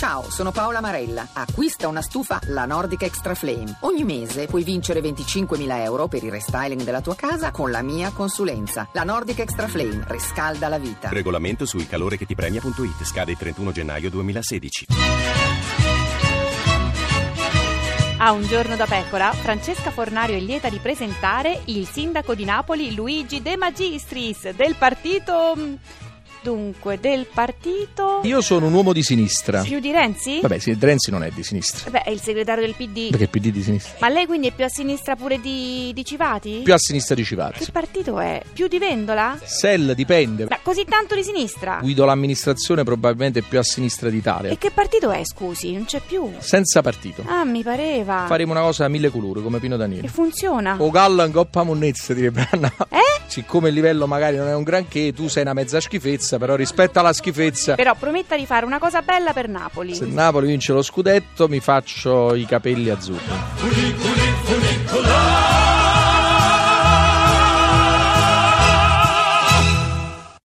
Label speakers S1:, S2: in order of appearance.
S1: Ciao, sono Paola Marella. Acquista una stufa La Nordic Extra Flame. Ogni mese puoi vincere 25.000 euro per il restyling della tua casa con la mia consulenza. La Nordic Extra Flame riscalda la vita.
S2: Regolamento su ilcalorechettipremia.it. Scade il 31 gennaio 2016.
S3: A Un giorno da pecora, Francesca Fornario è lieta di presentare il sindaco di Napoli Luigi De Magistris del partito... Dunque, del partito...
S4: Io sono un uomo di sinistra.
S3: Più di Renzi?
S4: Vabbè, sì, Renzi non è di sinistra.
S3: Beh, è il segretario del PD.
S4: Perché il PD di sinistra?
S3: Ma lei quindi è più a sinistra pure di Civati?
S4: Più a sinistra di Civati.
S3: Che partito è? Più di Vendola?
S4: SEL dipende.
S3: Ma così tanto di sinistra?
S4: Guido l'amministrazione, probabilmente più a sinistra d'Italia.
S3: E che partito è, scusi? Non c'è più.
S4: Senza partito.
S3: Ah, mi pareva.
S4: Faremo una cosa a mille colori, come Pino Daniele.
S3: E funziona.
S4: O galla in coppa monnezza, direbbe Anna. Siccome il livello magari non è un granché, tu sei una mezza schifezza, però rispetto alla schifezza...
S3: Però prometta di fare una cosa bella per Napoli.
S4: Se Napoli vince lo scudetto, mi faccio i capelli azzurri.